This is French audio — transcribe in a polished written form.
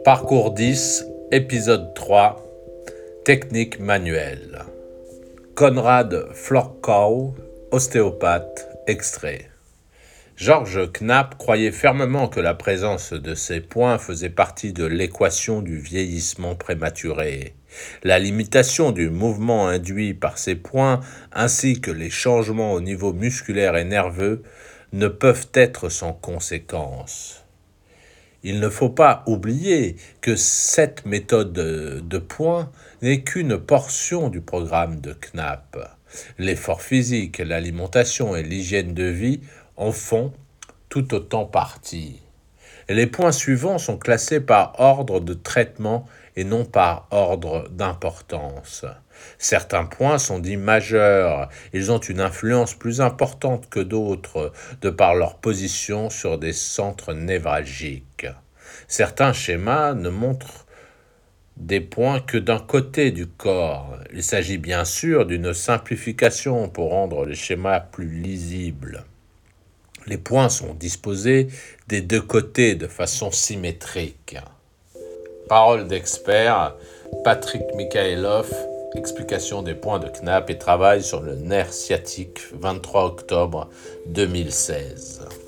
Parcours 10, épisode 3, technique manuelle. Konrad Florkau, ostéopathe, extrait. Georges Knapp croyait fermement que la présence de ces points faisait partie de l'équation du vieillissement prématuré. La limitation du mouvement induit par ces points, ainsi que les changements au niveau musculaire et nerveux, ne peuvent être sans conséquences. Il ne faut pas oublier que cette méthode de points n'est qu'une portion du programme de Knapp. L'effort physique, l'alimentation et l'hygiène de vie en font tout autant partie. Les points suivants sont classés par ordre de traitement et non par ordre d'importance. Certains points sont dits majeurs. Ils ont une influence plus importante que d'autres de par leur position sur des centres névralgiques. Certains schémas ne montrent des points que d'un côté du corps. Il s'agit bien sûr d'une simplification pour rendre les schémas plus lisibles. Les points sont disposés des deux côtés de façon symétrique. Parole d'expert, Patrick Mikhailov, explication des points de Knapp et travail sur le nerf sciatique, 23 octobre 2016.